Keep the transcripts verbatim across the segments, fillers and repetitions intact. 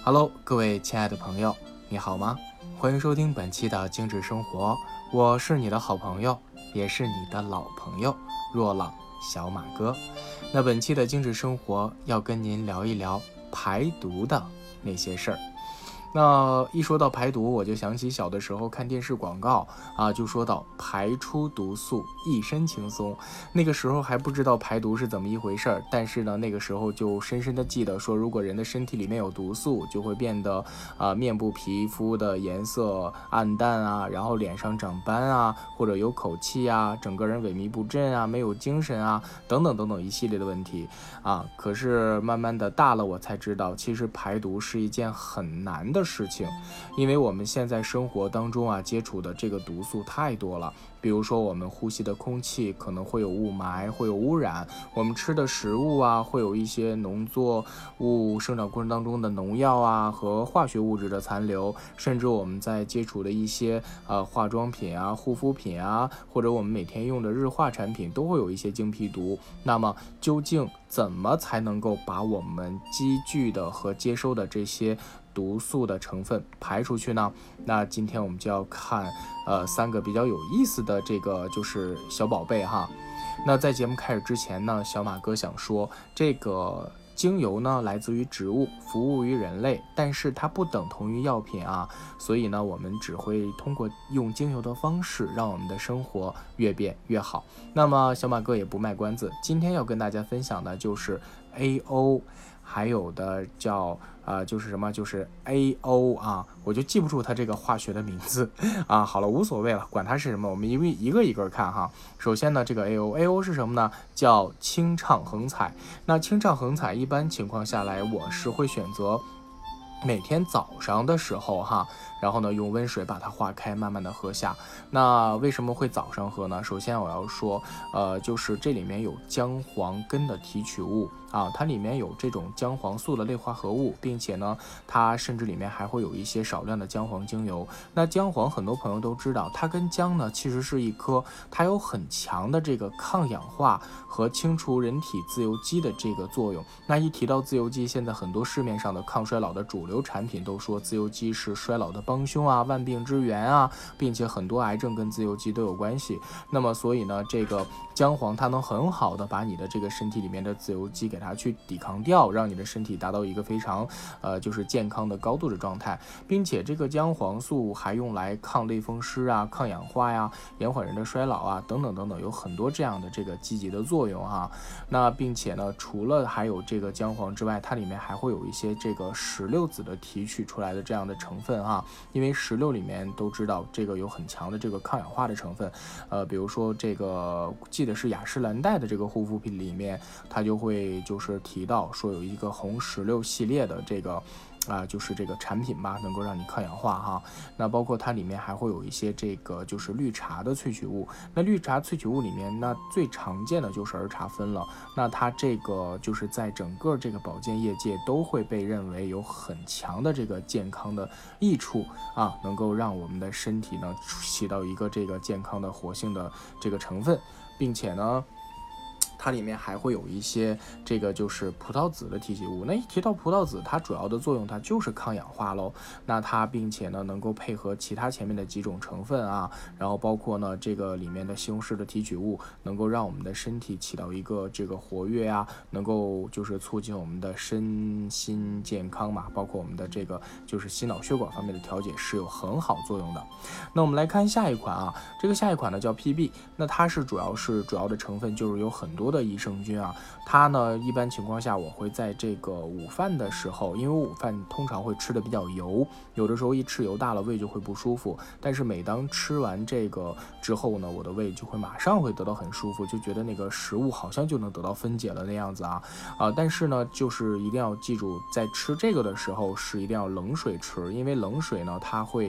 Hello， 各位亲爱的朋友，你好吗？欢迎收听本期的精致生活，我是你的好朋友，也是你的老朋友若朗小马哥。那本期的精致生活要跟您聊一聊排毒的那些事儿。那一说到排毒，我就想起小的时候看电视广告啊，就说到排出毒素，一身轻松。那个时候还不知道排毒是怎么一回事儿，但是呢，那个时候就深深的记得说，如果人的身体里面有毒素，就会变得啊面部皮肤的颜色暗淡啊，然后脸上长斑啊，或者有口气啊，整个人萎靡不振啊，没有精神啊，等等等等一系列的问题啊。可是慢慢的大了，我才知道，其实排毒是一件很难的事情，因为我们现在生活当中啊接触的这个毒素太多了，比如说我们呼吸的空气可能会有雾霾，会有污染，我们吃的食物啊会有一些农作物生长过程当中的农药啊和化学物质的残留，甚至我们在接触的一些呃化妆品啊、护肤品啊，或者我们每天用的日化产品都会有一些精皮毒。那么究竟怎么才能够把我们积聚的和接收的这些毒素的成分排出去呢？那今天我们就要看呃三个比较有意思的这个就是小宝贝哈。那在节目开始之前呢，小马哥想说，这个精油呢来自于植物，服务于人类，但是它不等同于药品啊，所以呢我们只会通过用精油的方式让我们的生活越变越好。那么小马哥也不卖关子，今天要跟大家分享的就是 A O， 还有的叫呃，就是什么就是 A O 啊，我就记不住它这个化学的名字啊。好了，无所谓了，管它是什么，我们一个一个一个看哈。首先呢，这个 A O A O 是什么呢？叫清畅恒彩。那清畅恒彩一般情况下来，我是会选择每天早上的时候哈，然后呢用温水把它化开，慢慢的喝下。那为什么会早上喝呢？首先我要说，呃，就是这里面有姜黄根的提取物啊，它里面有这种姜黄素的类化合物，并且呢，它甚至里面还会有一些少量的姜黄精油。那姜黄很多朋友都知道，它跟姜呢其实是一颗，它有很强的这个抗氧化和清除人体自由基的这个作用。那一提到自由基，现在很多市面上的抗衰老的主流产品都说自由基是衰老的帮凶啊，万病之源啊，并且很多癌症跟自由基都有关系。那么所以呢，这个姜黄它能很好的把你的这个身体里面的自由基给它去抵抗掉，让你的身体达到一个非常呃就是健康的高度的状态，并且这个姜黄素还用来抗类风湿啊、抗氧化呀、延缓人的衰老啊等等等等，有很多这样的这个积极的作用哈。那并且呢，除了还有这个姜黄之外，它里面还会有一些这个石榴籽的提取出来的这样的成分哈，因为石榴里面都知道这个有很强的这个抗氧化的成分，呃，比如说这个记得是雅诗兰黛的这个护肤品里面，它就会就是提到说有一个红石榴系列的这个啊、呃，就是这个产品吧，能够让你抗氧化哈。那包括它里面还会有一些这个就是绿茶的萃取物。那绿茶萃取物里面，那最常见的就是儿茶酚了。那它这个就是在整个这个保健业界都会被认为有很强的这个健康的益处啊，能够让我们的身体呢起到一个这个健康的活性的这个成分，并且呢。它里面还会有一些这个就是葡萄籽的提取物。那一提到葡萄籽，它主要的作用它就是抗氧化喽。那它并且呢能够配合其他前面的几种成分啊，然后包括呢这个里面的西红柿的提取物，能够让我们的身体起到一个这个活跃啊，能够就是促进我们的身心健康嘛，包括我们的这个就是心脑血管方面的调节是有很好作用的。那我们来看下一款啊，这个下一款呢叫 P B， 那它是主要是主要的成分就是有很多的益生菌啊，它呢一般情况下我会在这个午饭的时候，因为午饭通常会吃的比较油，有的时候一吃油大了胃就会不舒服，但是每当吃完这个之后呢，我的胃就会马上会得到很舒服，就觉得那个食物好像就能得到分解了那样子啊啊！但是呢，就是一定要记住，在吃这个的时候是一定要冷水吃，因为冷水呢它会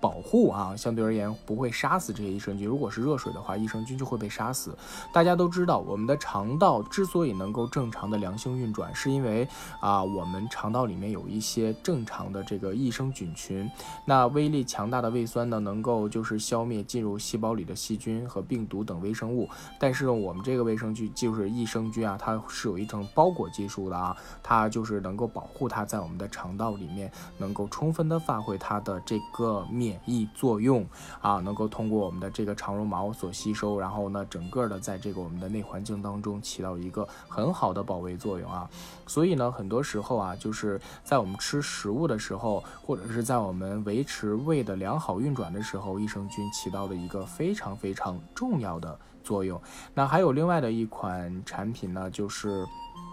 保护啊，相对而言不会杀死这些益生菌。如果是热水的话，益生菌就会被杀死。大家都知道，我们的肠道之所以能够正常的良性运转，是因为啊，我们肠道里面有一些正常的这个益生菌群。那威力强大的胃酸呢，能够就是消灭进入细胞里的细菌和病毒等微生物。但是我们这个卫生菌就是益生菌啊，它是有一层包裹技术的啊，它就是能够保护它在我们的肠道里面能够充分的发挥它的这个免疫作用啊，能够通过我们的这个肠绒毛所吸收，然后呢，整个的在这个我们的内环境当中起到一个很好的保卫作用啊。所以呢，很多时候啊，就是在我们吃食物的时候，或者是在我们维持胃的良好运转的时候，益生菌起到了一个非常非常重要的作用。那还有另外的一款产品呢，就是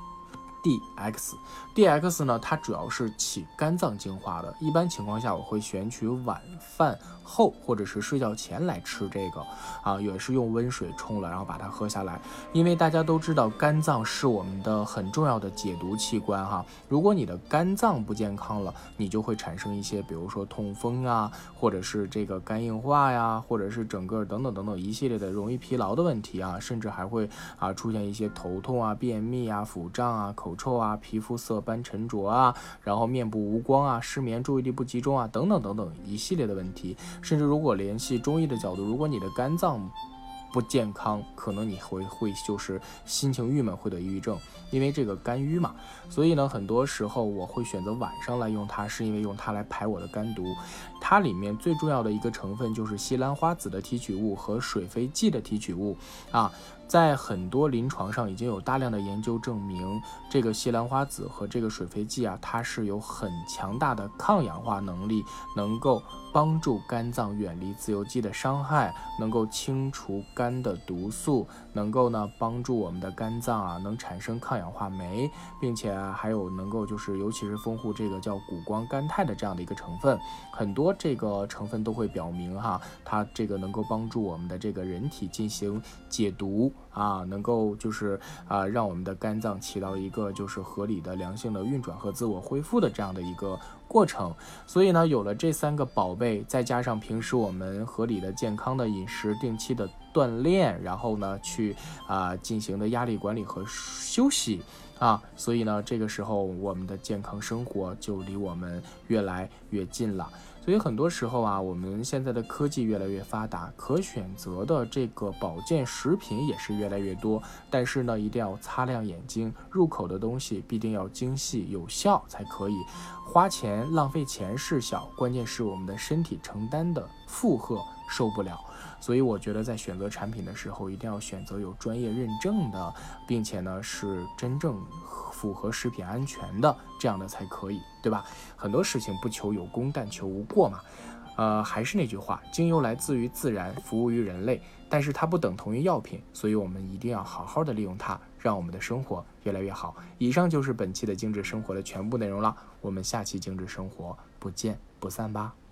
D X D X 呢，它主要是起肝脏净化的。一般情况下，我会选取晚饭后或者是睡觉前来吃这个啊，也是用温水冲了，然后把它喝下来。因为大家都知道，肝脏是我们的很重要的解毒器官哈。如果你的肝脏不健康了，你就会产生一些，比如说痛风啊，或者是这个肝硬化呀，或者是整个等等等等一系列的容易疲劳的问题啊，甚至还会啊出现一些头痛啊、便秘啊、腹胀啊、口臭啊、皮肤色斑沉着啊，然后面部无光啊、失眠、注意力不集中啊，等等等等一系列的问题。甚至如果联系中医的角度，如果你的肝脏不健康，可能你会会就是心情郁闷，会得抑郁症，因为这个肝郁嘛。所以呢，很多时候我会选择晚上来用它，是因为用它来排我的肝毒。它里面最重要的一个成分就是西兰花籽的提取物和水飞蓟的提取物啊。在很多临床上已经有大量的研究证明，这个西兰花籽和这个水飞蓟啊，它是有很强大的抗氧化能力，能够帮助肝脏远离自由基的伤害，能够清除肝的毒素，能够呢帮助我们的肝脏啊能产生抗氧化酶，并且啊还有能够就是尤其是丰富这个叫谷胱甘肽的这样的一个成分。很多这个成分都会表明哈，它这个能够帮助我们的这个人体进行解毒啊，能够就是啊让我们的肝脏起到一个就是合理的良性的运转和自我恢复的这样的一个过程。所以呢，有了这三个宝贝，再加上平时我们合理的健康的饮食，定期的锻炼，然后呢去啊进行的压力管理和休息啊，所以呢这个时候我们的健康生活就离我们越来越近了。所以很多时候啊，我们现在的科技越来越发达，可选择的这个保健食品也是越来越多，但是呢一定要擦亮眼睛，入口的东西必定要精细有效才可以。花钱浪费钱事小，关键是我们的身体承担的负荷受不了。所以我觉得在选择产品的时候，一定要选择有专业认证的，并且呢是真正符合食品安全的，这样的才可以，对吧？很多事情不求有功，但求无过嘛。呃，还是那句话，精油来自于自然，服务于人类，但是它不等同于药品，所以我们一定要好好的利用它，让我们的生活越来越好。以上就是本期的精致生活的全部内容了，我们下期精致生活不见不散吧。